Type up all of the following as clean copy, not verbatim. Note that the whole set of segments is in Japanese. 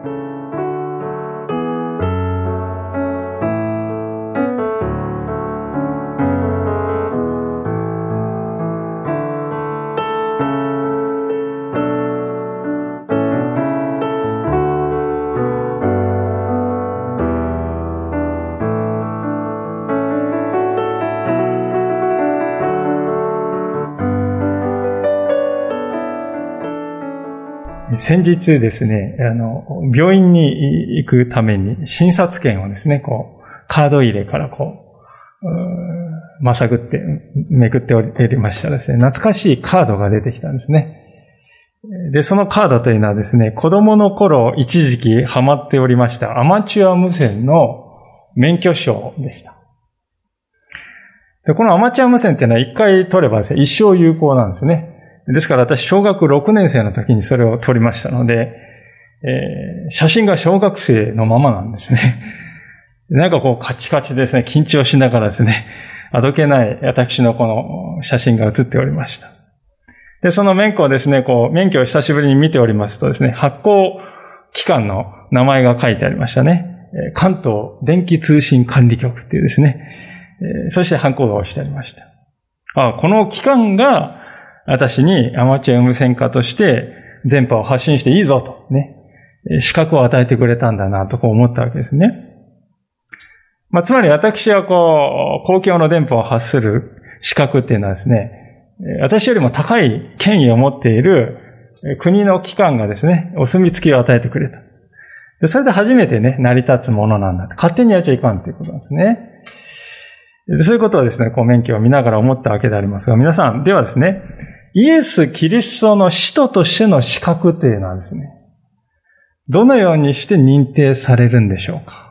先日ですね、病院に行くために診察券をですね、カード入れからまさぐって、めくっておりましたらですね、懐かしいカードが出てきたんですね。で、そのカードというのはですね、子供の頃一時期ハマっておりましたアマチュア無線の免許証でした。で、このアマチュア無線っていうのは一回取ればですね、一生有効なんですね。ですから私、小学6年生の時にそれを取りましたので、写真が小学生のままなんですね。なんかカチカチですね、緊張しながらですね、あどけない私のこの写真が写っておりました。で、その免許をですね、免許を久しぶりに見ておりますとですね、発行機関の名前が書いてありましたね。関東電気通信管理局っていうですね、そしてハンコが押してありました。この機関が私にアマチュア無線化として電波を発信していいぞとね、資格を与えてくれたんだなと思ったわけですね。つまり私は公共の電波を発する資格っていうのはですね、私よりも高い権威を持っている国の機関がですね、お墨付きを与えてくれた。でそれで初めてね、成り立つものなんだと。勝手にやっちゃいかんということなんですね。そういうことをですね、免許を見ながら思ったわけでありますが、皆さん、ではですね、イエス・キリストの使徒としての資格というのはですね、どのようにして認定されるんでしょうか。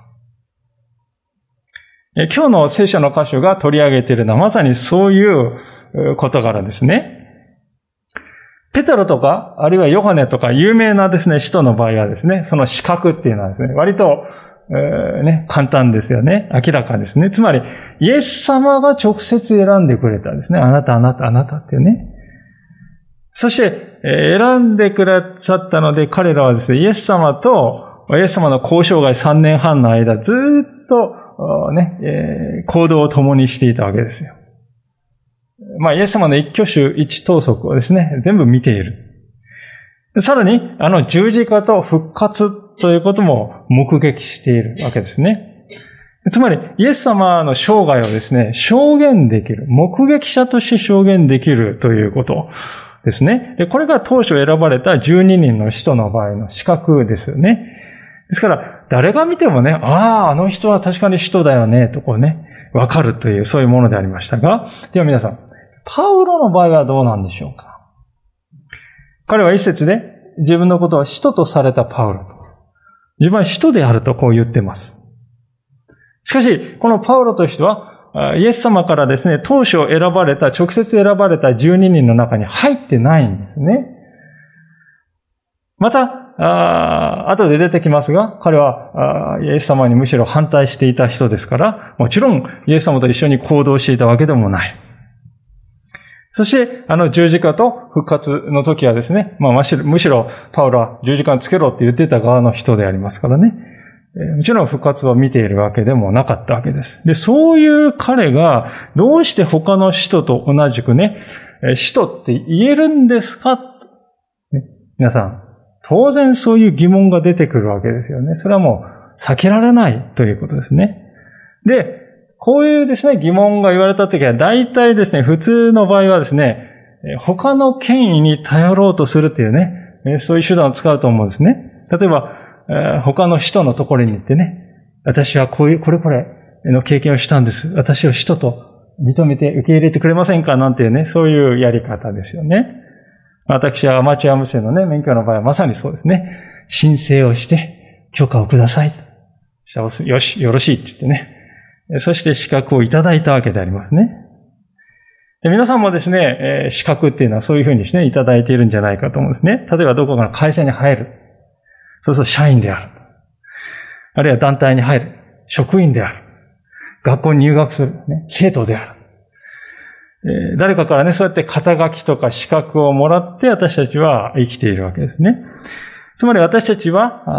今日の聖書の箇所が取り上げているのはまさにそういう事柄ですね。ペテロとか、あるいはヨハネとか有名なですね、使徒の場合はですね、その資格っていうのはですね、割と簡単ですよね。明らかですね。つまり、イエス様が直接選んでくれたんですね。あなた、あなた、あなたっていうね。そして、選んでくださったので、彼らはですね、イエス様の交渉外3年半の間、ずっと、行動を共にしていたわけですよ。イエス様の一挙手一投足をですね、全部見ている。さらに、十字架と復活ということも目撃しているわけですね。つまり、イエス様の生涯をですね、証言できる。目撃者として証言できるということですね。で、これが当初選ばれた12人の使徒の場合の資格ですよね。ですから、誰が見てもね、あの人は確かに使徒だよね、とわかるという、そういうものでありましたが、では皆さん、パウロの場合はどうなんでしょうか。彼は一節で、自分のことは使徒とされたパウロと。自分は使徒であると言っています。しかし、このパウロという人は、イエス様からですね、当初直接選ばれた12人の中に入ってないんですね。また、後で出てきますが、彼はイエス様にむしろ反対していた人ですから、もちろんイエス様と一緒に行動していたわけでもない。そして、十字架と復活の時はですね、むしろパウロは十字架につけろって言ってた側の人でありますからね。もちろん復活を見ているわけでもなかったわけです。で、そういう彼がどうして他の使徒と同じくね、使徒って言えるんですか、皆さん、当然そういう疑問が出てくるわけですよね。それはもう避けられないということですね。で、こういうですね、疑問が言われたときは、大体ですね、普通の場合はですね、他の権威に頼ろうとするというね、そういう手段を使うと思うんですね。例えば、他の使徒のところに行ってね、私はこれの経験をしたんです。私を使徒と認めて受け入れてくれませんかなんていうね、そういうやり方ですよね。私はアマチュア無線のね、免許の場合はまさにそうですね。申請をして許可をください。よし、よろしいって言ってね。そして資格をいただいたわけでありますね。で皆さんもですね、資格っていうのはそういうふうにしてね、いただいているんじゃないかと思うんですね。例えばどこかの会社に入る。そうすると社員である。あるいは団体に入る。職員である。学校に入学する。生徒である。誰かからね、そうやって肩書きとか資格をもらって私たちは生きているわけですね。つまり私たちは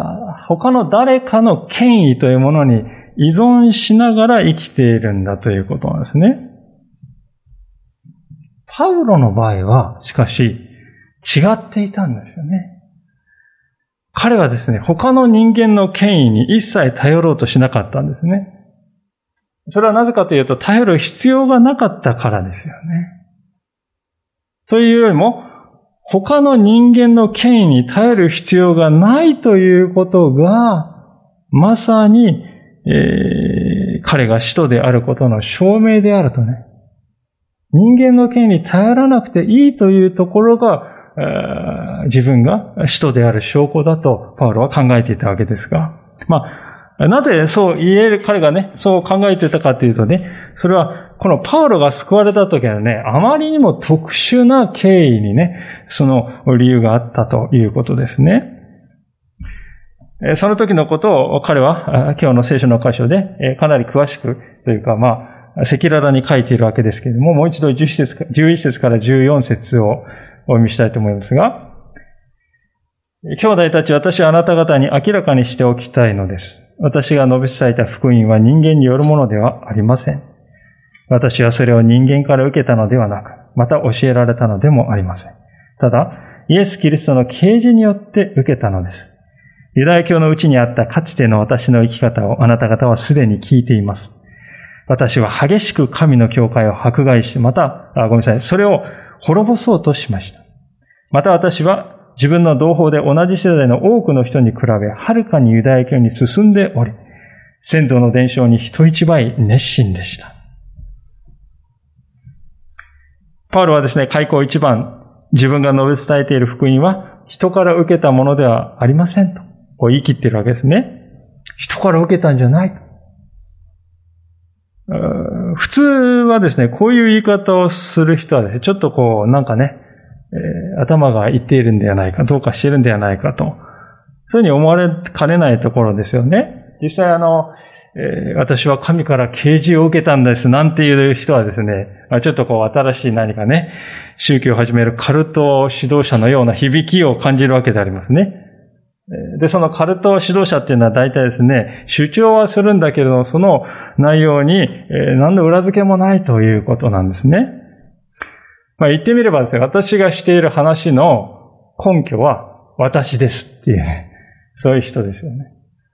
他の誰かの権威というものに依存しながら生きているんだということなんですね。パウロの場合は、しかし、違っていたんですよね。彼はですね、他の人間の権威に一切頼ろうとしなかったんですね。それはなぜかというと、頼る必要がなかったからですよね。というよりも、他の人間の権威に頼る必要がないということが、まさに、彼が使徒であることの証明であるとね。人間の権威に頼らなくていいというところが、自分が使徒である証拠だとパウロは考えていたわけですが、なぜそう言える、彼がね、そう考えていたかというとね、それはこのパウロが救われた時はね、あまりにも特殊な経緯にね、その理由があったということですね。その時のことを彼は今日の聖書の箇所でかなり詳しくというか、赤裸々に書いているわけですけれども、もう一度11節から14節をお読みしたいと思いますが、兄弟たち、私はあなた方に明らかにしておきたいのです。私が述べ伝えた福音は人間によるものではありません。私はそれを人間から受けたのではなく、また教えられたのでもありません。ただ、イエス・キリストの啓示によって受けたのです。ユダヤ教のうちにあったかつての私の生き方をあなた方はすでに聞いています。私は激しく神の教会を迫害し、それを滅ぼそうとしました。また私は自分の同胞で同じ世代の多くの人に比べ、はるかにユダヤ教に進んでおり、先祖の伝承に人一倍熱心でした。パウロはですね、開口一番、自分が述べ伝えている福音は、人から受けたものではありませんと、こう言い切っているわけですね。人から受けたんじゃないと。普通はですね、こういう言い方をする人はですね、ちょっと頭がいっているんではないか、どうかしているんではないかと、そういうふうに思われかねないところですよね。実際私は神から啓示を受けたんですなんていう人はですね、ちょっと新しい何かね、宗教を始めるカルト指導者のような響きを感じるわけでありますね。で、そのカルト指導者っていうのは大体ですね、主張はするんだけれども、その内容に何の裏付けもないということなんですね。言ってみればですね、私がしている話の根拠は私ですっていうね、そういう人ですよね。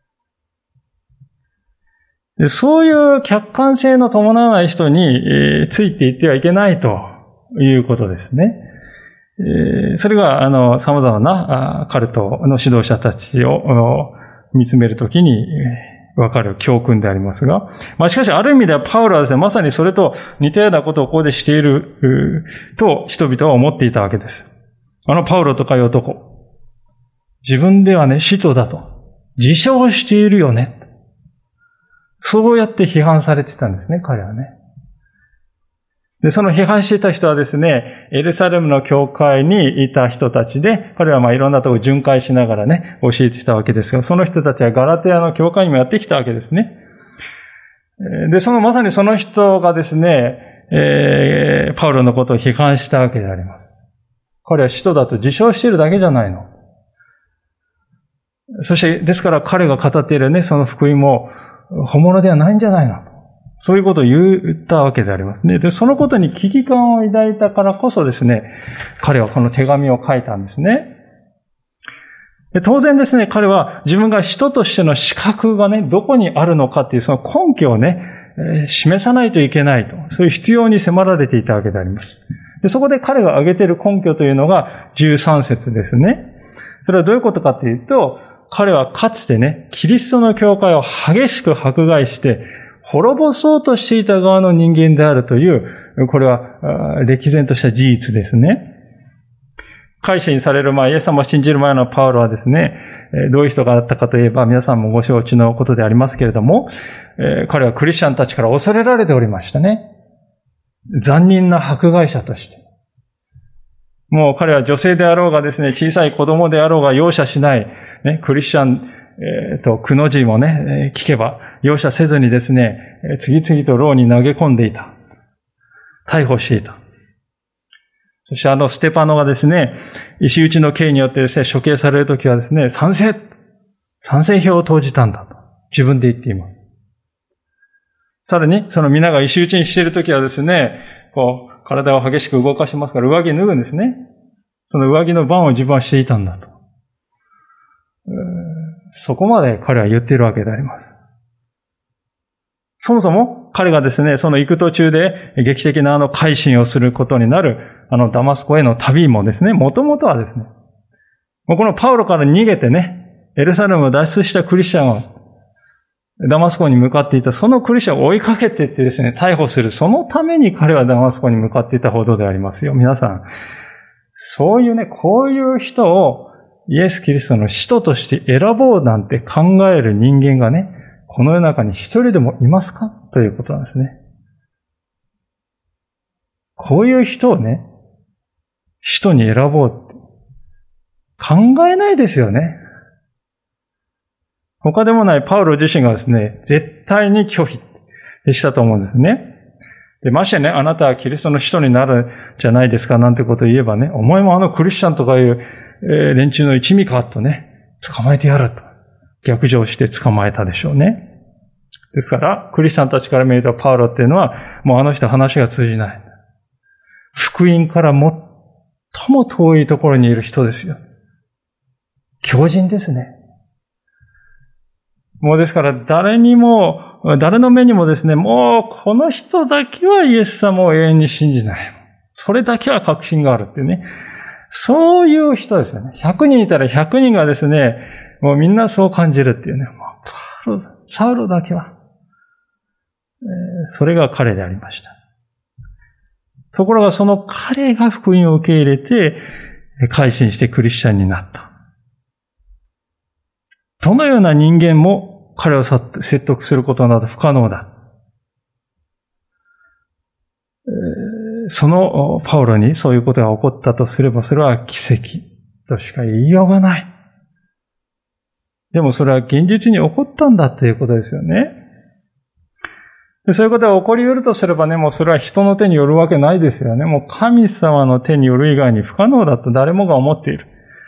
で、そういう客観性の伴わない人についていってはいけないということですね。それが様々なカルトの指導者たちを見つめるときにわかる教訓でありますが、しかしある意味ではパウロはですね、まさにそれと似たようなことをここでしていると人々は思っていたわけです。パウロとかいう男、自分ではね、使徒だと自称しているよね。そうやって批判されてたんですね、彼はね。で、その批判していた人はですね、エルサレムの教会にいた人たちで、彼はいろんなところを巡回しながらね、教えてきたわけですが、その人たちはガラテヤの教会にもやってきたわけですね。で、まさにその人がですね、パウロのことを批判したわけであります。彼は使徒だと自称しているだけじゃないの。そして、ですから彼が語っているね、その福音も本物ではないんじゃないの。そういうことを言ったわけでありますね。で、そのことに危機感を抱いたからこそですね、彼はこの手紙を書いたんですね。で、当然ですね、彼は自分が人としての資格がね、どこにあるのかっていうその根拠をね、示さないといけないと、そういう必要に迫られていたわけであります。で、そこで彼が挙げている根拠というのが13節ですね。それはどういうことかというと、彼はかつてね、キリストの教会を激しく迫害して、滅ぼそうとしていた側の人間であるという、これは歴然とした事実ですね。改心される前、イエス様を信じる前のパウロはですね、どういう人がだったかといえば、皆さんもご承知のことでありますけれども、彼はクリスチャンたちから恐れられておりましたね。残忍な迫害者として。もう彼は女性であろうがですね、小さい子供であろうが容赦しない、ね、クリスチャン、くの字もね、聞けば、容赦せずにですね、次々と牢に投げ込んでいた。逮捕していた。そしてステパノがですね、石打ちの刑によってですね、処刑されるときはですね、賛成賛成票を投じたんだと自分で言っています。さらに、その皆が石打ちにしているときはですね、体を激しく動かしますから上着脱ぐんですね。その上着の番を自分はしていたんだと。そこまで彼は言っているわけであります。そもそも彼がですね、その行く途中で劇的な改心をすることになるダマスコへの旅もですね、もともとはですね、このパウロから逃げてね、エルサレムを脱出したクリスチャンがダマスコに向かっていた、そのクリスチャンを追いかけていってですね、逮捕する。そのために彼はダマスコに向かっていたほどでありますよ。皆さん、そういうね、こういう人をイエス・キリストの使徒として選ぼうなんて考える人間がね、この世の中に一人でもいますかということなんですね。こういう人をね、使徒に選ぼうって考えないですよね。他でもないパウロ自身がですね、絶対に拒否したと思うんですね。で、ましてね、あなたはキリストの使徒になるじゃないですかなんてことを言えばね、お前もクリスチャンとかいう連中の一味かとね、捕まえてやると。逆上して捕まえたでしょうね。ですから、クリスチャンたちから見るとパウロっていうのは、もうあの人話が通じない。福音から最も遠いところにいる人ですよ。狂人ですね。もうですから、誰の目にもですね、もうこの人だけはイエス様を永遠に信じない。それだけは確信があるっていうね。そういう人ですよね。100人いたら100人がですね、もうみんなそう感じるっていうね。サウロだけは。それが彼でありました。ところがその彼が福音を受け入れて、改心してクリスチャンになった。どのような人間も彼を説得することなど不可能だ。そのパウロにそういうことが起こったとすれば、それは奇跡としか言いようがない。でもそれは現実に起こったんだということですよね。そういうことが起こり得るとすればね、もうそれは人の手によるわけないですよね。もう神様の手による以外に不可能だと誰もが思っている。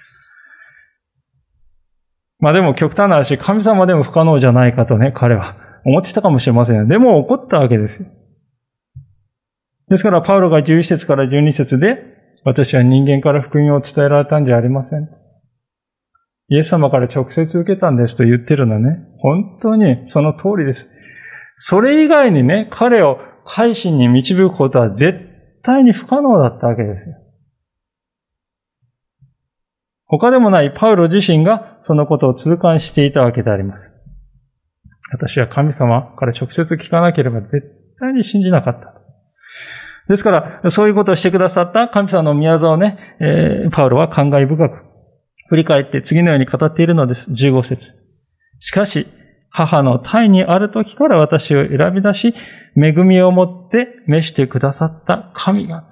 でも極端な話、神様でも不可能じゃないかとね、彼は思ってたかもしれませんよ。でも起こったわけですよ。ですからパウロが11節から12節で、私は人間から福音を伝えられたんじゃありません。イエス様から直接受けたんですと言ってるのね。本当にその通りです。それ以外にね、彼を改心に導くことは絶対に不可能だったわけですよ。他でもないパウロ自身がそのことを痛感していたわけであります。私は神様から直接聞かなければ絶対に信じなかった。ですから、そういうことをしてくださった神様の宮沢をね、パウロは感慨深く振り返って次のように語っているのです。15節。しかし、母の胎にある時から私を選び出し、恵みをもって召してくださった神が。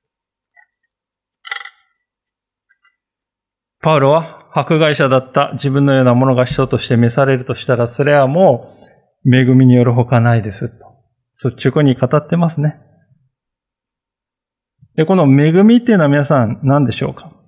パウロは迫害者だった自分のようなものが使徒として召されるとしたら、それはもう恵みによるほかないですと。率直に語ってますね。で、この恵みっていうのは皆さん何でしょうか？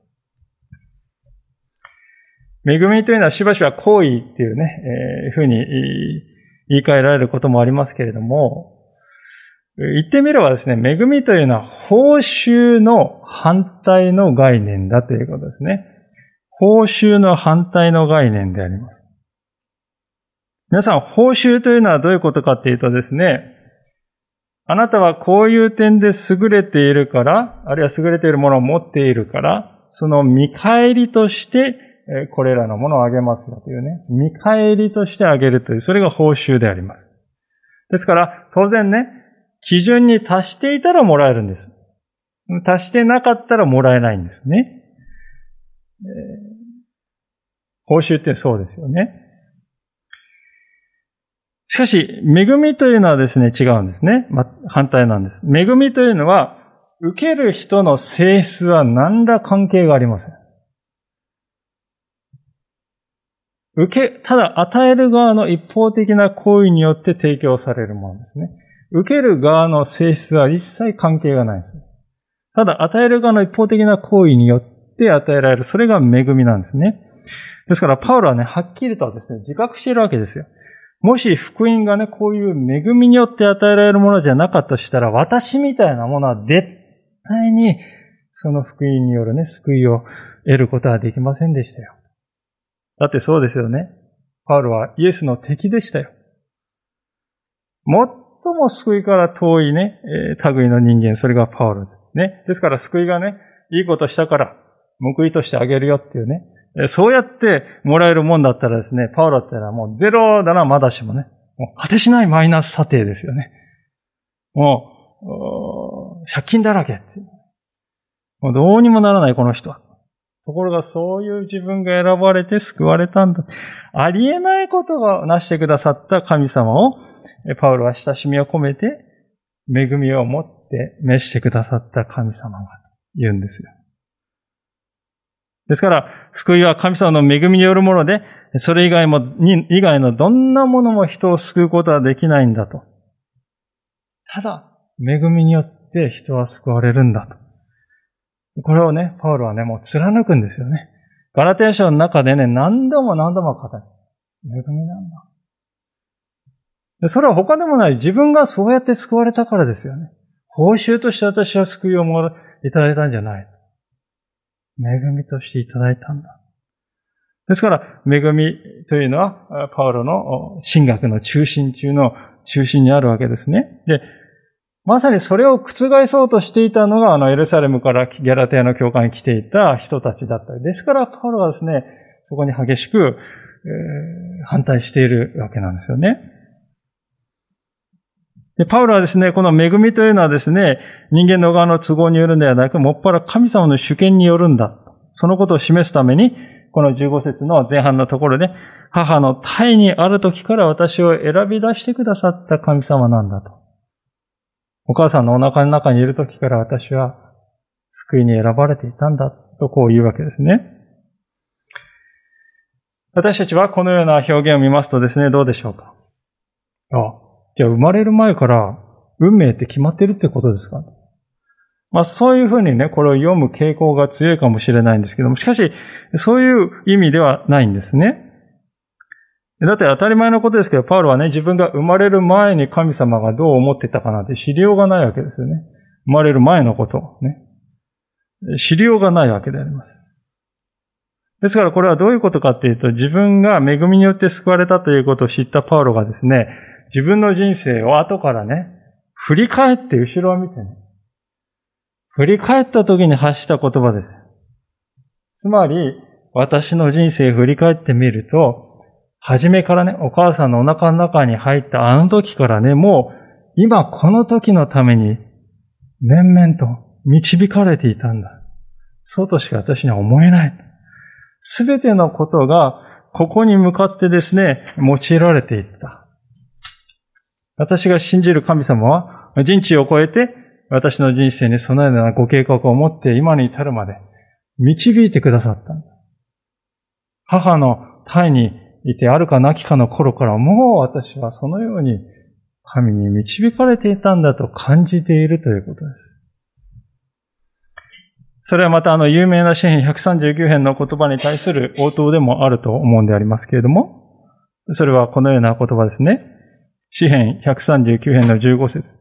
恵みというのはしばしば行為っていうね、ふうに言い換えられることもありますけれども、言ってみればですね、恵みというのは報酬の反対の概念だということですね。報酬の反対の概念であります。皆さん、報酬というのはどういうことかっていうとですね、あなたはこういう点で優れているから、あるいは優れているものを持っているから、その見返りとして、これらのものをあげますよというね、見返りとしてあげるという、それが報酬であります。ですから、当然ね、基準に達していたらもらえるんです。達してなかったらもらえないんですね。報酬ってそうですよね。しかし、恵みというのはですね、違うんですね。反対なんです。恵みというのは、受ける人の性質は何ら関係がありません。ただ与える側の一方的な行為によって提供されるものですね。受ける側の性質は一切関係がないです。ただ与える側の一方的な行為によって与えられる。それが恵みなんですね。 ですから、パウロはね、はっきりとですね、自覚しているわけですよ。もし福音がね、こういう恵みによって与えられるものじゃなかったとしたら、私みたいなものは絶対に、その福音によるね、救いを得ることはできませんでしたよ。だってそうですよね。パウロはイエスの敵でしたよ。最も救いから遠いね、類の人間、それがパウロです。ね。ですから救いがね、いいことしたから、報いとしてあげるよっていうね。そうやってもらえるもんだったらですね、パウロってのはもうゼロだな、まだしもね。もう果てしないマイナス査定ですよね。もう、借金だらけっていう。もうどうにもならないこの人は。ところがそういう自分が選ばれて救われたんだ。ありえないことをなしてくださった神様を、パウロは親しみを込めて、恵みを持って召してくださった神様が言うんですよ。ですから、救いは神様の恵みによるもので、それ以外のどんなものも人を救うことはできないんだと。ただ、恵みによって人は救われるんだと。これをね、パウロはね、もう貫くんですよね。ガラテヤ書の中でね、何度も語る。恵みなんだ。でそれは他でもない。自分がそうやって救われたからですよね。報酬として私は救いをいただいたんじゃない。恵みとしていただいたんだ。ですから、恵みというのは、パウロの神学の中心中の中心にあるわけですね。で、まさにそれを覆そうとしていたのが、エルサレムからギャラテヤの教会に来ていた人たちだったり。ですから、パウロはですね、そこに激しく、反対しているわけなんですよね。で、パウロはですね、この恵みというのはですね、人間の側の都合によるんではなく、もっぱら神様の主権によるんだ。そのことを示すために、この15節の前半のところで、母の胎にある時から私を選び出してくださった神様なんだと。お母さんのお腹の中にいる時から私は救いに選ばれていたんだとこう言うわけですね。私たちはこのような表現を見ますとですね、どうでしょうか。じゃあ生まれる前から運命って決まってるってことですか。そういうふうにね、これを読む傾向が強いかもしれないんですけども、しかし、そういう意味ではないんですね。だって当たり前のことですけど、パウロはね、自分が生まれる前に神様がどう思ってたかなんて知りようがないわけですよね。生まれる前のことをね。知りようがないわけであります。ですからこれはどういうことかっていうと、自分が恵みによって救われたということを知ったパウロがですね、自分の人生を後からね、振り返って後ろを見てね、振り返った時に発した言葉です。つまり、私の人生を振り返ってみると、初めからね、お母さんのお腹の中に入ったあの時からね、もう今この時のために面々と導かれていたんだ。そうとしか私には思えない。すべてのことがここに向かってですね、用いられていった。私が信じる神様は人知を超えて私の人生にそのようなご計画を持って今に至るまで導いてくださったんだ。母の胎にいてあるかなきかの頃からもう私はそのように神に導かれていたんだと感じているということです。それはまた有名な詩編139編の言葉に対する応答でもあると思うんでありますけれども、それはこのような言葉ですね。詩編139編の15節。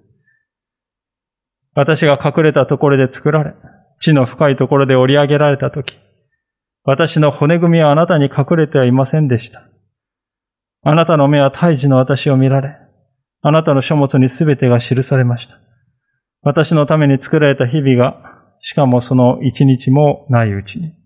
私が隠れたところで作られ、地の深いところで織り上げられたとき、私の骨組みはあなたに隠れてはいませんでした。あなたの目は胎児の私を見られ、あなたの書物にすべてが記されました。私のために作られた日々が、しかもその一日もないうちに。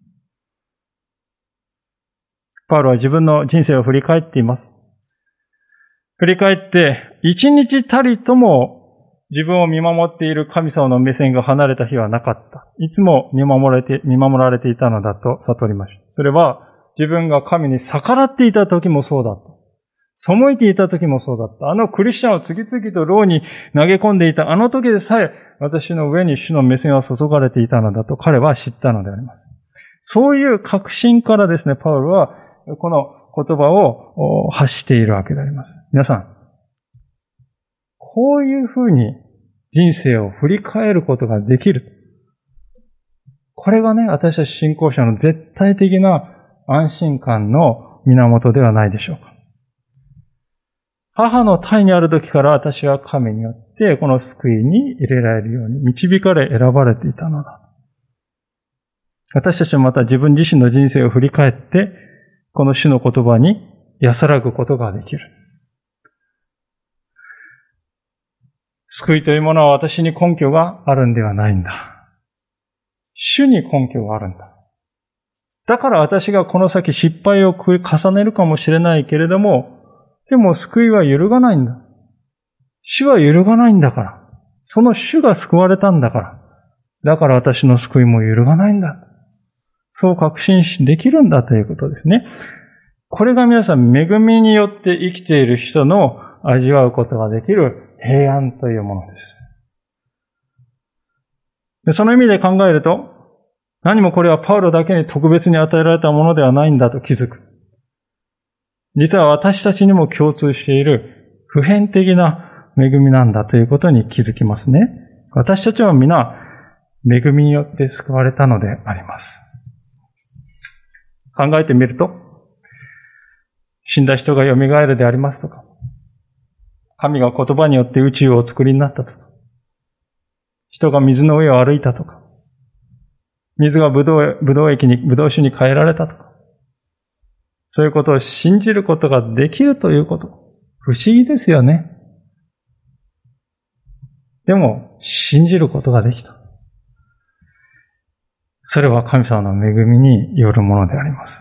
パウロは自分の人生を振り返っています。振り返って、一日たりとも自分を見守っている神様の目線が離れた日はなかった。いつも見守られていたのだと悟りました。それは自分が神に逆らっていた時もそうだった。背いていた時もそうだった。クリスチャンを次々と牢に投げ込んでいた時でさえ私の上に主の目線は注がれていたのだと彼は知ったのであります。そういう確信からですね、パウロはこの言葉を発しているわけであります。皆さん、こういうふうに人生を振り返ることができる。これがね、私たち信仰者の絶対的な安心感の源ではないでしょうか。母の胎にある時から私は神によってこの救いに入れられるように導かれ選ばれていたのだ。私たちもまた自分自身の人生を振り返って、この主の言葉に安らぐことができる。救いというものは私に根拠があるんではないんだ。主に根拠があるんだ。だから私がこの先失敗を重ねるかもしれないけれども、でも救いは揺るがないんだ。主は揺るがないんだから。その主が救われたんだから。だから私の救いも揺るがないんだ。そう確信できるんだということですね。これが皆さん恵みによって生きている人の味わうことができる平安というものです。でその意味で考えると、何もこれはパウロだけに特別に与えられたものではないんだと気づく。実は私たちにも共通している普遍的な恵みなんだということに気づきますね。私たちは皆恵みによって救われたのであります。考えてみると、死んだ人が蘇るでありますとか、神が言葉によって宇宙をお作りになったとか、人が水の上を歩いたとか、水がブドウ酒に変えられたとか、そういうことを信じることができるということ、不思議ですよね。でも、信じることができた。それは神様の恵みによるものであります。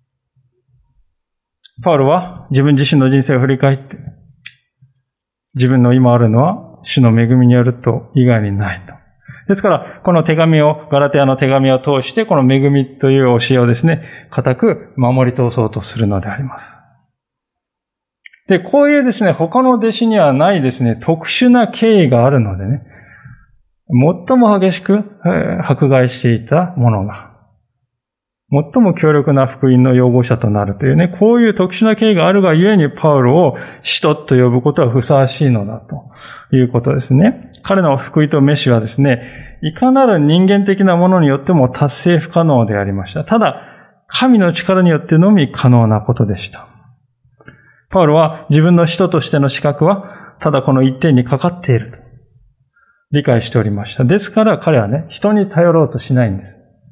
パウロは自分自身の人生を振り返って、自分の今あるのは主の恵みによると以外にないと。ですから、この手紙を、ガラテヤの手紙を通して、この恵みという教えをですね、固く守り通そうとするのであります。で、こういうですね、他の弟子にはないですね、特殊な経緯があるのでね、最も激しく迫害していた者が、最も強力な福音の擁護者となるというね、こういう特殊な経緯があるがゆえにパウロを使徒と呼ぶことはふさわしいのだということですね。彼の救いと召しはですね、いかなる人間的なものによっても達成不可能でありました。ただ、神の力によってのみ可能なことでした。パウロは自分の使徒としての資格はただこの一点にかかっていると理解しておりました。ですから彼はね、人に頼ろうとしないんです。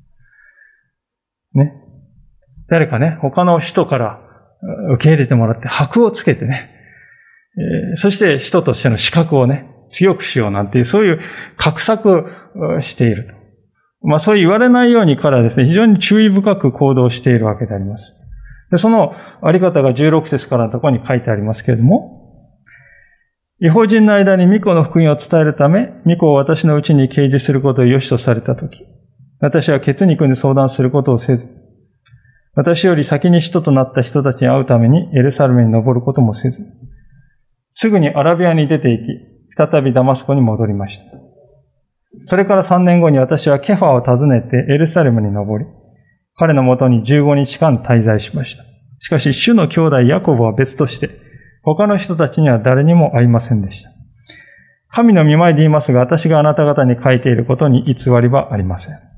ね。誰かね、他の人から受け入れてもらって箔をつけてね、そして人としての資格をね、強くしようなんていう、そういう画策していると。そう言われないように彼はですね、非常に注意深く行動しているわけであります。でそのあり方が16節からのところに書いてありますけれども、異邦人の間に御子の福音を伝えるため、御子を私のうちに掲示することを良しとされたとき、私は血肉に相談することをせず、私より先に使徒となった人たちに会うためにエルサレムに登ることもせず、すぐにアラビアに出て行き、再びダマスコに戻りました。それから3年後に私はケファを訪ねてエルサレムに登り、彼のもとに15日間滞在しました。しかし、主の兄弟ヤコブは別として、他の人たちには誰にも会いませんでした。神の御前で言いますが、私があなた方に書いていることに偽りはありません。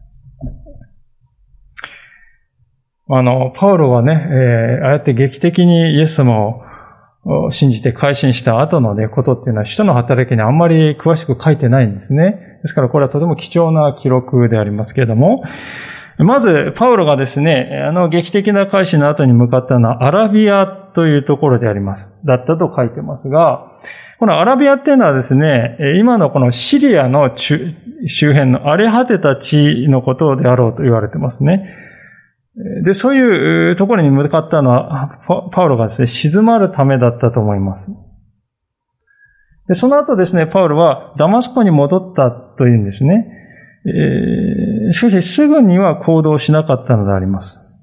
パウロはね、ああやって劇的にイエス様を信じて改心した後のね、ことっていうのは、使徒の働きにあんまり詳しく書いてないんですね。ですからこれはとても貴重な記録でありますけれども、まず、パウロがですね、劇的な改心の後に向かったのはアラビアというところであります。だったと書いてますが、このアラビアっていうのはですね、今のこのシリアの周辺の荒れ果てた地のことであろうと言われてますね。で、そういうところに向かったのは、パウロがですね、静まるためだったと思います。で、その後ですね、パウロはダマスコに戻ったというんですね。しかし、すぐには行動しなかったのであります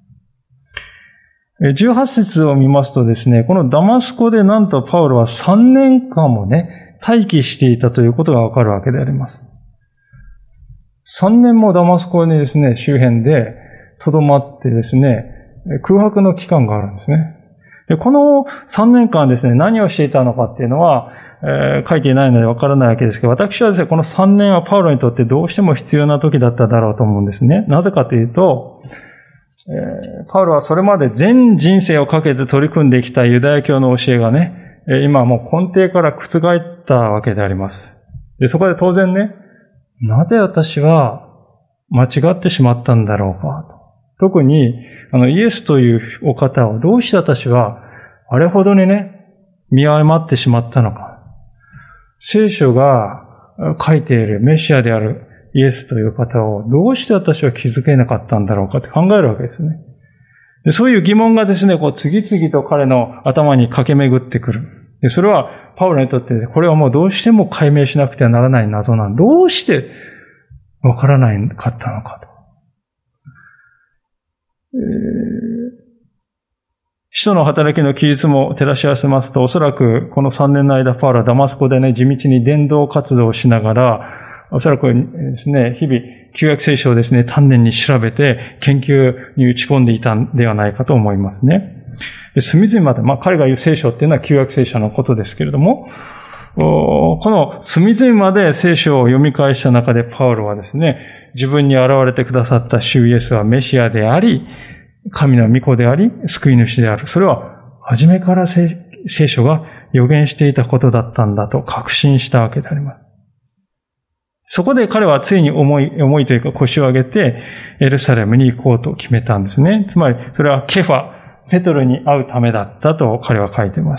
。18節を見ますとですね、このダマスコでなんとパウロは3年間もね、待機していたということがわかるわけであります。3年もダマスコにですね、周辺で留まってですね、空白の期間があるんですね。で、この3年間ですね、何をしていたのかっていうのは、書いていないのでわからないわけですけど、私はですね、この3年はパウロにとってどうしても必要な時だっただろうと思うんですね。なぜかというと、 パウロはそれまで全人生をかけて取り組んできたユダヤ教の教えがね、今もう根底から覆ったわけであります。で、そこで当然ね、なぜ私は間違ってしまったんだろうかと。特に、イエスというお方をどうして私はあれほどにね、見誤ってしまったのか。聖書が書いているメシアであるイエスという方をどうして私は気づけなかったんだろうかって考えるわけですね。でそういう疑問がですね、次々と彼の頭に駆け巡ってくる。でそれはパウロにとってこれはもうどうしても解明しなくてはならない謎なんだ。どうしてわからないかったのかと。使徒の働きの記述も照らし合わせますと、おそらくこの3年の間、パウロはダマスコでね、地道に伝道活動をしながら、おそらくですね、日々、旧約聖書をですね、丹念に調べて、研究に打ち込んでいたんではないかと思いますね。隅々まで、彼が言う聖書っていうのは旧約聖書のことですけれども、この隅々まで聖書を読み返した中でパウロはですね、自分に現れてくださった主イエスはメシアであり、神の御子であり、救い主である。それは、初めから聖書が予言していたことだったんだと確信したわけであります。そこで彼はついに思いというか腰を上げて、エルサレムに行こうと決めたんですね。つまり、それはケファ、ペトロに会うためだったと彼は書いています。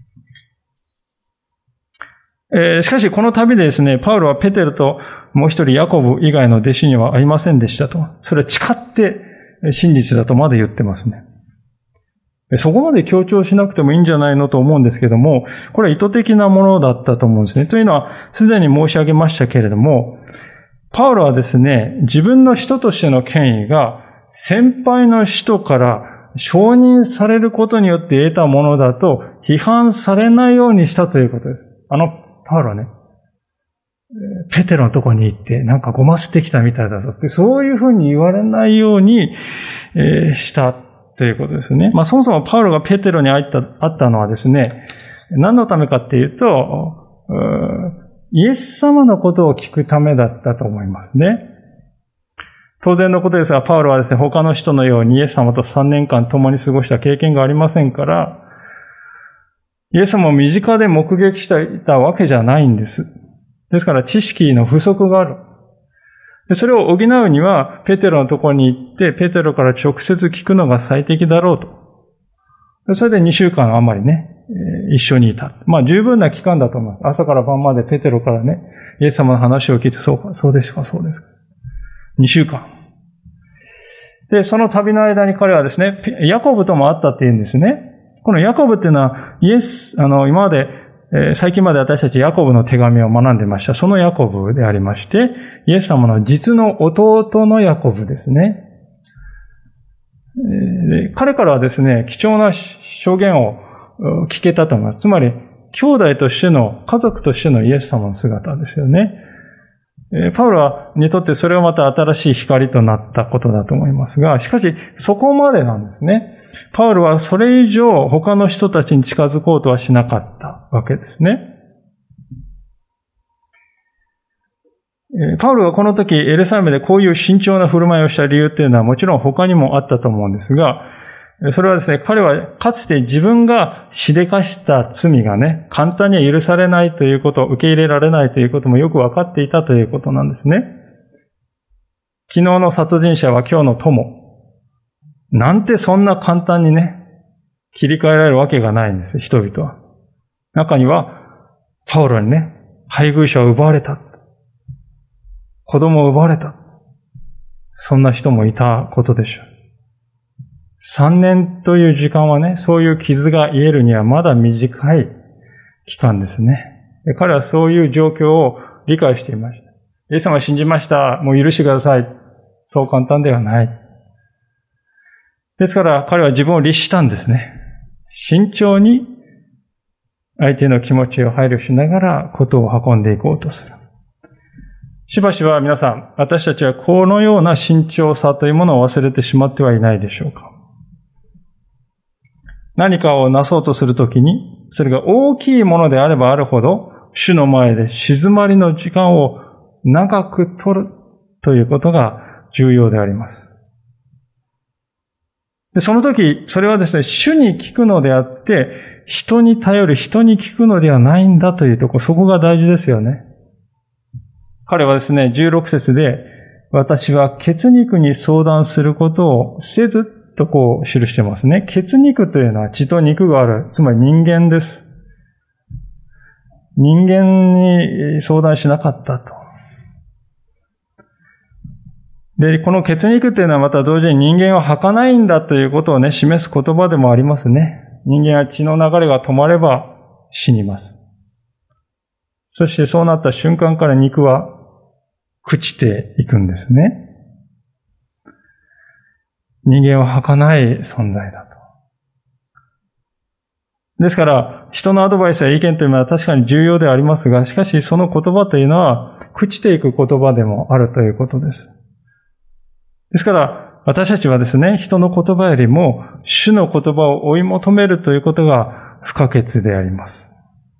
しかし、この旅でですね、パウロはペテロともう一人ヤコブ以外の弟子には会いませんでしたと。それは誓って真実だとまで言ってますね。そこまで強調しなくてもいいんじゃないのと思うんですけども、これは意図的なものだったと思うんですね。というのは、すでに申し上げましたけれども、パウロはですね、自分の使徒としての権威が先輩の使徒から承認されることによって得たものだと批判されないようにしたということです。パウロはね、ペテロのとこに行ってなんかごますってきたみたいだぞって、そういうふうに言われないように、したということですね。そもそもパウロがペテロに会ったのはですね、何のためかっていうと、イエス様のことを聞くためだったと思いますね。当然のことですが、パウロはですね、他の人のようにイエス様と3年間共に過ごした経験がありませんから、イエス様を身近で目撃していたわけじゃないんです。ですから知識の不足がある。それを補うには、ペテロのところに行って、ペテロから直接聞くのが最適だろうと。それで2週間余りね、一緒にいた。十分な期間だと思います。朝から晩までペテロからね、イエス様の話を聞いて、そうか、そうですか、そうですか。2週間。で、その旅の間に彼はですね、ヤコブとも会ったって言うんですね。このヤコブっていうのは、今まで、最近まで私たちヤコブの手紙を学んでました。そのヤコブでありまして、イエス様の実の弟のヤコブですね。彼からはですね、貴重な証言を聞けたと思います。つまり、兄弟としての、家族としてのイエス様の姿ですよね。パウロにとってそれはまた新しい光となったことだと思いますが、しかしそこまでなんですね。パウロはそれ以上他の人たちに近づこうとはしなかったわけですね。パウロがこの時エルサレムでこういう慎重な振る舞いをした理由っていうのはもちろん他にもあったと思うんですが、それはですね、彼はかつて自分がしでかした罪がね、簡単には許されないということ、受け入れられないということもよくわかっていたということなんですね。昨日の殺人者は今日の友。なんてそんな簡単にね、切り替えられるわけがないんです、人々は。中には、パウロにね、配偶者を奪われた。子供を奪われた。そんな人もいたことでしょう。3年という時間はね、そういう傷が癒えるにはまだ短い期間ですね。彼はそういう状況を理解していました。イエス様を信じました。もう許してください。そう簡単ではない。ですから彼は自分を律したんですね。慎重に相手の気持ちを配慮しながらことを運んでいこうとする。しばしば皆さん、私たちはこのような慎重さというものを忘れてしまってはいないでしょうか。何かをなそうとするときに、それが大きいものであればあるほど、主の前で静まりの時間を長く取るということが重要であります。 で、その時、それはですね、主に聞くのであって、人に頼る、人に聞くのではないんだというところ、そこが大事ですよね。彼はですね、16節で、私は血肉に相談することをせずと記してますね。血肉というのは血と肉がある、つまり人間です。人間に相談しなかったと。で、この血肉というのはまた同時に人間は儚いんだということをね、示す言葉でもありますね。人間は血の流れが止まれば死にます。そしてそうなった瞬間から肉は朽ちていくんですね。人間は儚い存在だと。ですから、人のアドバイスや意見というのは確かに重要でありますが、しかしその言葉というのは朽ちていく言葉でもあるということです。ですから、私たちはですね、人の言葉よりも主の言葉を追い求めるということが不可欠であります。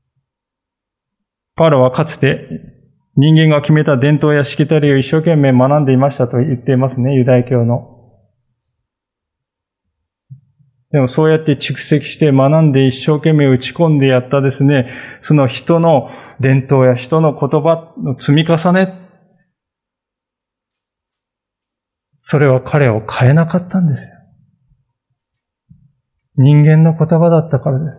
パウロはかつて人間が決めた伝統やしきたりを一生懸命学んでいましたと言っていますね、ユダヤ教の。でもそうやって蓄積して学んで一生懸命打ち込んでやったですね、その人の伝統や人の言葉の積み重ね、それは彼を変えなかったんですよ。人間の言葉だったからです。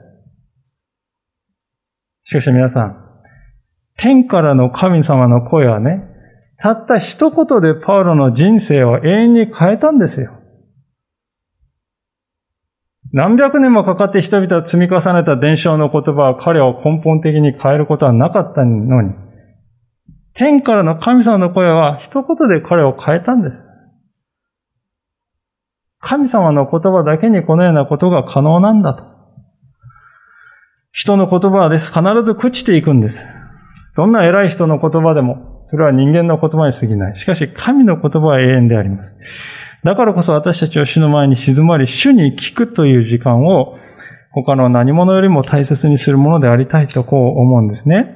しかし皆さん、天からの神様の声はね、たった一言でパウロの人生を永遠に変えたんですよ。何百年もかかって人々を積み重ねた伝承の言葉は彼を根本的に変えることはなかったのに、天からの神様の声は一言で彼を変えたんです。神様の言葉だけにこのようなことが可能なんだと。人の言葉はです。必ず朽ちていくんです。どんな偉い人の言葉でも、それは人間の言葉に過ぎない。しかし神の言葉は永遠であります。だからこそ私たちは主の前に静まり、主に聞くという時間を他の何者よりも大切にするものでありたいと思うんですね。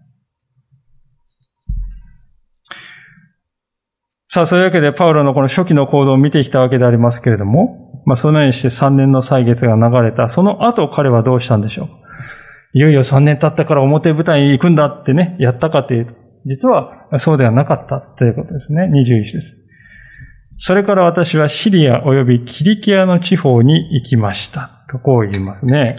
さあ、そういうわけでパウロのこの初期の行動を見てきたわけでありますけれども、そのようにして3年の歳月が流れた。その後彼はどうしたんでしょう。いよいよ3年経ったから表舞台に行くんだってね、やったかというと、実はそうではなかったということですね。21です。それから私はシリア及びキリキアの地方に行きました。と言いますね。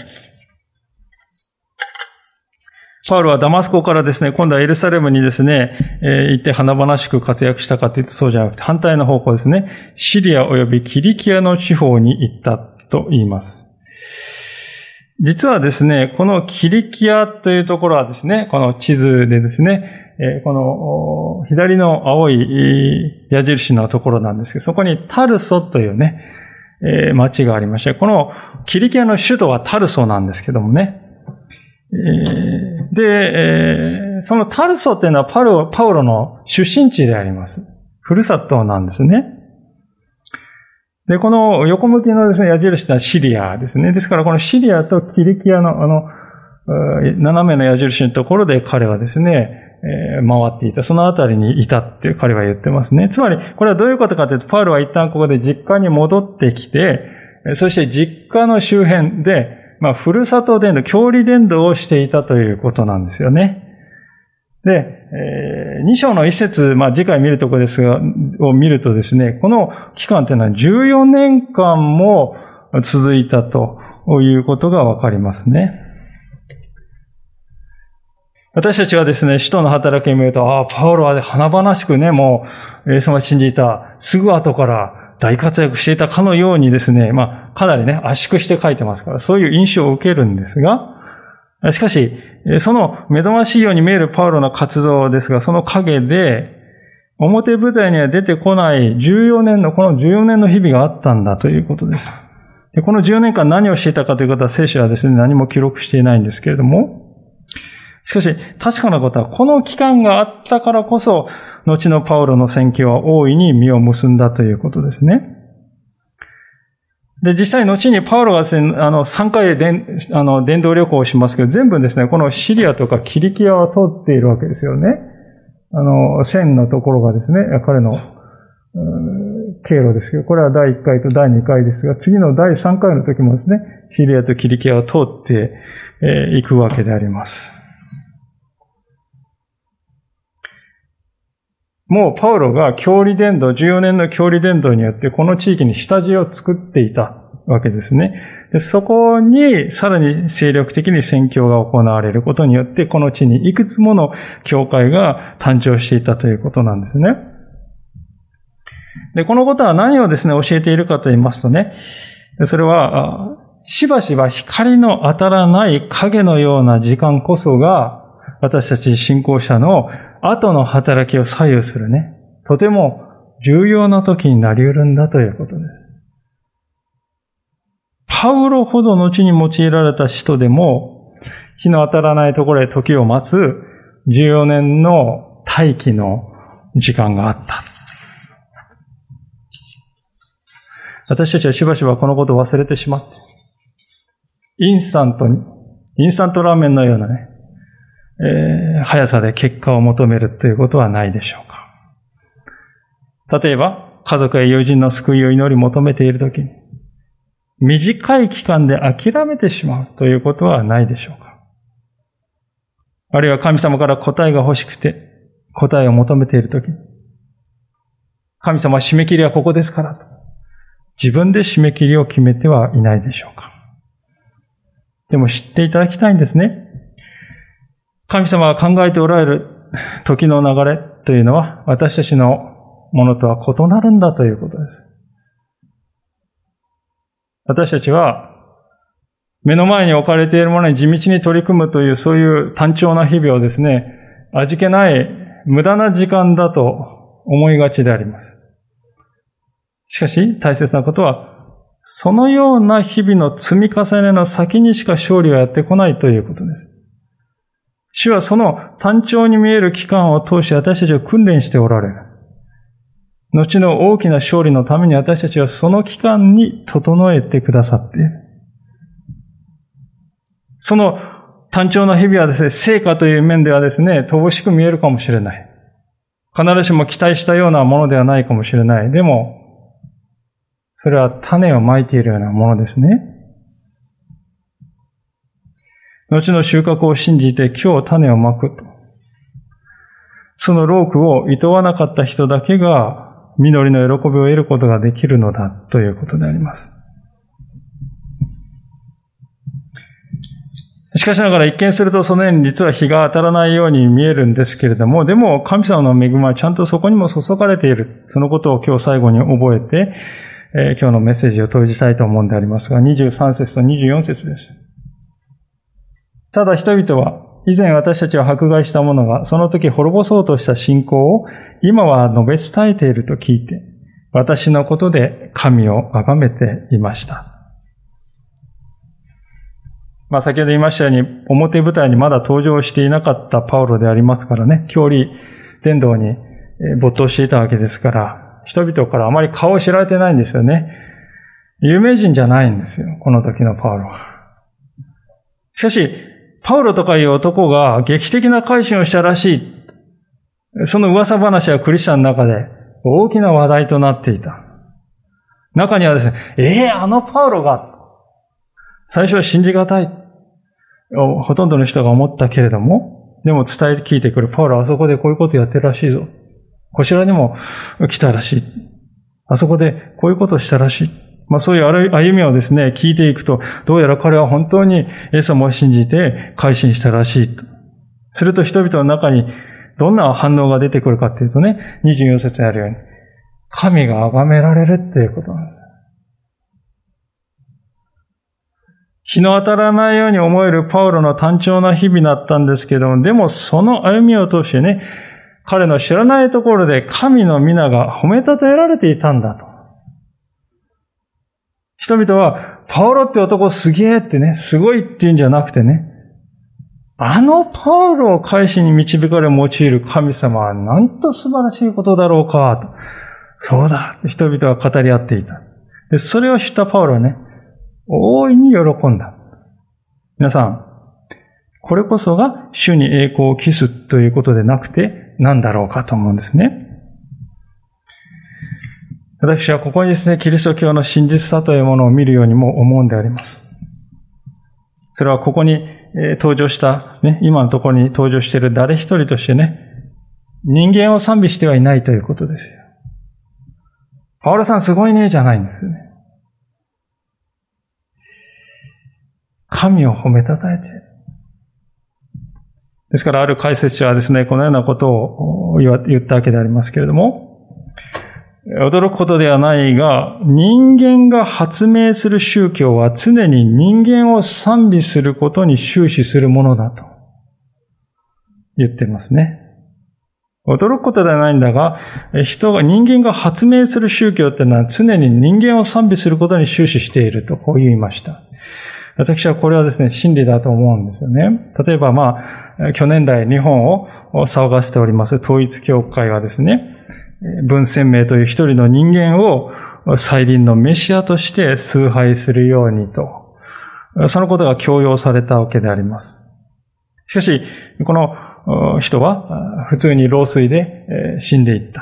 パウロはダマスコからですね、今度はエルサレムにですね、行って華々しく活躍したかというとそうじゃなくて、反対の方向ですね。シリア及びキリキアの地方に行ったと言います。実はですね、このキリキアというところはですね、この地図でですね、この左の青い矢印のところなんですけど、そこにタルソというね、町がありまして、このキリキアの首都はタルソなんですけどもね。で、そのタルソっていうのはパウロの出身地であります。ふるさとなんですね。で、この横向きのですね、矢印はシリアですね。ですからこのシリアとキリキアの斜めの矢印のところで彼はですね、回っていた。そのあたりにいたって彼は言ってますね。つまり、これはどういうことかというと、パウロは一旦ここで実家に戻ってきて、そして実家の周辺で、ふるさと伝道、教理伝道をしていたということなんですよね。で、2章の一節、次回見るところですが、を見るとですね、この期間というのは14年間も続いたということがわかりますね。私たちはですね、使徒の働きを見ると、パウロは華々しくね、もう、イエス様を信じた、すぐ後から大活躍していたかのようにですね、かなりね、圧縮して書いてますから、そういう印象を受けるんですが、しかし、その目覚ましいように見えるパウロの活動ですが、その陰で、表舞台には出てこないこの14年の日々があったんだということです。でこの14年間何をしていたかということは聖書はですね、何も記録していないんですけれども、しかし、確かなことは、この期間があったからこそ、後のパウロの宣教は大いに実を結んだということですね。で、実際、後にパウロがですね、3回伝道旅行をしますけど、全部ですね、このシリアとかキリキアは通っているわけですよね。線のところがですね、彼の、 経路ですけど、これは第1回と第2回ですが、次の第3回の時もですね、シリアとキリキアを通っていくわけであります。もうパウロが教理伝道、14年の教理伝道によってこの地域に下地を作っていたわけですね。でそこにさらに精力的に宣教が行われることによって、この地にいくつもの教会が誕生していたということなんですね。で、このことは何をですね、教えているかと言いますとね、それは、しばしば光の当たらない影のような時間こそが、私たち信仰者の後の働きを左右するね、とても重要な時になり得るんだということです。パウロほど後に用いられた人でも、日の当たらないところで時を待つ14年の待機の時間があった。私たちはしばしばこのことを忘れてしまって、インスタントラーメンのようなね、速さで結果を求めるということはないでしょうか。例えば、家族や友人の救いを祈り求めているときに、短い期間で諦めてしまうということはないでしょうか。あるいは神様から答えが欲しくて、答えを求めているときに、神様は締め切りはここですからと、自分で締め切りを決めてはいないでしょうか。でも知っていただきたいんですね。神様が考えておられる時の流れというのは私たちのものとは異なるんだということです。私たちは目の前に置かれているものに地道に取り組むというそういう単調な日々をですね、味気ない無駄な時間だと思いがちであります。しかし大切なことは、そのような日々の積み重ねの先にしか勝利はやってこないということです。主はその単調に見える期間を通して私たちを訓練しておられる。後の大きな勝利のために私たちはその期間に整えてくださっている。その単調な日々はですね、成果という面ではですね、乏しく見えるかもしれない。必ずしも期待したようなものではないかもしれない。でも、それは種をまいているようなものですね。後の収穫を信じて今日種をまくと。その労苦を厭わなかった人だけが実りの喜びを得ることができるのだということであります。しかしながら一見するとそのように実は日が当たらないように見えるんですけれども、でも神様の恵みはちゃんとそこにも注がれている。そのことを今日最後に覚えて、今日のメッセージを閉じたいと思うんでありますが、23節と24節です。ただ人々は、以前私たちを迫害した者が、その時滅ぼそうとした信仰を、今は述べ伝えていると聞いて、私のことで神を崇めていました。先ほど言いましたように、表舞台にまだ登場していなかったパウロでありますからね、教理伝道に没頭していたわけですから、人々からあまり顔を知られてないんですよね。有名人じゃないんですよ、この時のパウロは。しかし、パウロとかいう男が劇的な改心をしたらしい。その噂話はクリスチャンの中で大きな話題となっていた。中にはですね、あのパウロが、最初は信じがたい。ほとんどの人が思ったけれども、でも伝え聞いてくる。パウロはあそこでこういうことやってるらしいぞ。こちらにも来たらしい。あそこでこういうことをしたらしい。そういう歩みをですね、聞いていくと、どうやら彼は本当にイエス様を信じて改心したらしいと。すると人々の中にどんな反応が出てくるかっていうとね、24節にあるように、神が崇められるっていうことなんです。日の当たらないように思えるパウロの単調な日々だったんですけども、でもその歩みを通してね、彼の知らないところで神の皆が褒めたたえられていたんだと。人々は、パウロって男すげえってね、すごいって言うんじゃなくてね、あのパウロを改心に導かれ用いる神様はなんと素晴らしいことだろうかと。そうだ、人々は語り合っていた。で、それを知ったパウロはね、大いに喜んだ。皆さん、これこそが主に栄光を期すということでなくて何だろうかと思うんですね。 私はここにですね、キリスト教の真実さというものを見るようにも思うんであります。それはここに登場した、ね、今のところに登場している誰一人としてね、人間を賛美してはいないということですよ。パウロさんすごいね、じゃないんですよね。神を褒めたたえている。ですからある解説者はですね、このようなことを言ったわけでありますけれども、驚くことではないが、人間が発明する宗教は常に人間を賛美することに終始するものだと言っていますね。驚くことではないんだが、人間が発明する宗教っていうのは常に人間を賛美することに終始しているとこう言いました。私はこれはですね、真理だと思うんですよね。例えば去年来日本を騒がせております統一教会がですね、文鮮明という一人の人間を再臨のメシアとして崇拝するようにと、そのことが強要されたわけであります。しかし、この人は普通に老衰で死んでいった。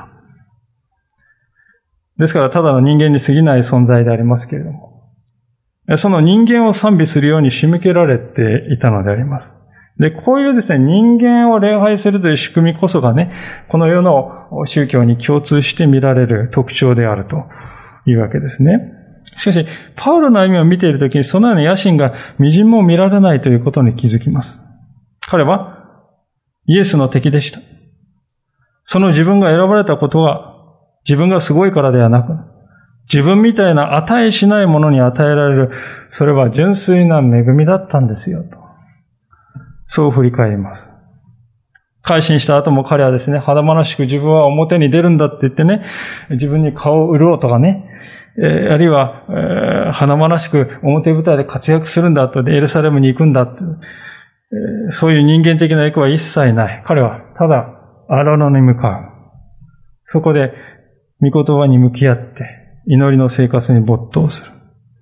ですからただの人間に過ぎない存在でありますけれども、その人間を賛美するように仕向けられていたのであります。で、こういうですね、人間を礼拝するという仕組みこそがね、この世の宗教に共通して見られる特徴であるというわけですね。しかし、パウロの歩みを見ているときに、そのような野心が微塵も見られないということに気づきます。彼は、イエスの敵でした。その自分が選ばれたことは、自分がすごいからではなく、自分みたいな値しないものに与えられる、それは純粋な恵みだったんですよ、と。そう振り返ります。改心した後も彼はですね、華々しく自分は表に出るんだって言ってね、自分に顔を売ろうとかね、あるいは、華々しく表舞台で活躍するんだと、エルサレムに行くんだって、そういう人間的な欲は一切ない。彼はただ荒野に向かう。そこで御言葉に向き合って祈りの生活に没頭する。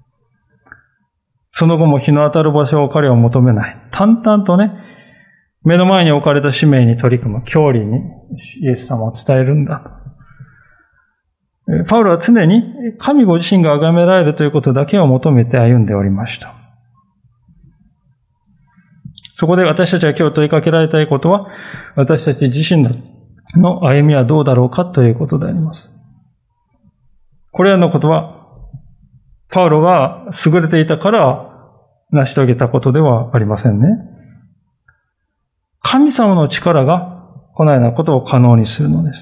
その後も日の当たる場所を彼は求めない。淡々とね、目の前に置かれた使命に取り組む。教理にイエス様を伝えるんだ。パウロは常に神ご自身が崇められるということだけを求めて歩んでおりました。そこで私たちが今日問いかけられたいことは、私たち自身の歩みはどうだろうかということであります。これらのことは、パウロが優れていたから成し遂げたことではありませんね。神様の力がこのようなことを可能にするのです。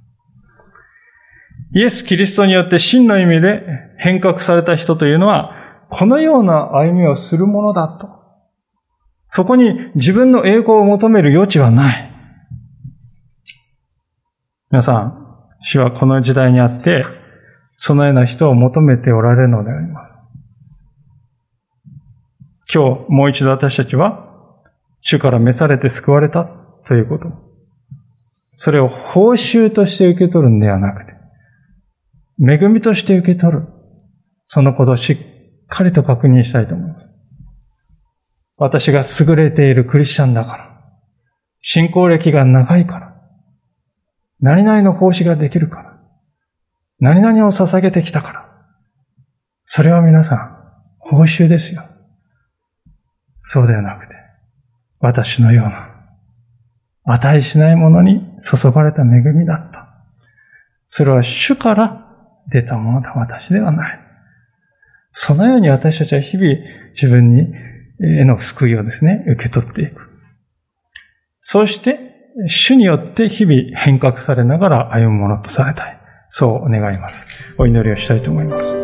イエス・キリストによって真の意味で変革された人というのは、このような歩みをするものだと。そこに自分の栄光を求める余地はない。皆さん、主はこの時代にあって、そのような人を求めておられるのであります。今日もう一度私たちは、主から召されて救われたということ。それを報酬として受け取るんではなくて、恵みとして受け取る。そのことをしっかりと確認したいと思います。私が優れているクリスチャンだから、信仰歴が長いから、何々の奉仕ができるから、何々を捧げてきたから、それは皆さん、報酬ですよ。そうではなくて、私のような、値しないものに注がれた恵みだった。それは主から出たものだ、私ではない。そのように私たちは日々自分にへの救いをですね、受け取っていく。そして、主によって日々変革されながら歩むものとされたい。そう願います。お祈りをしたいと思います。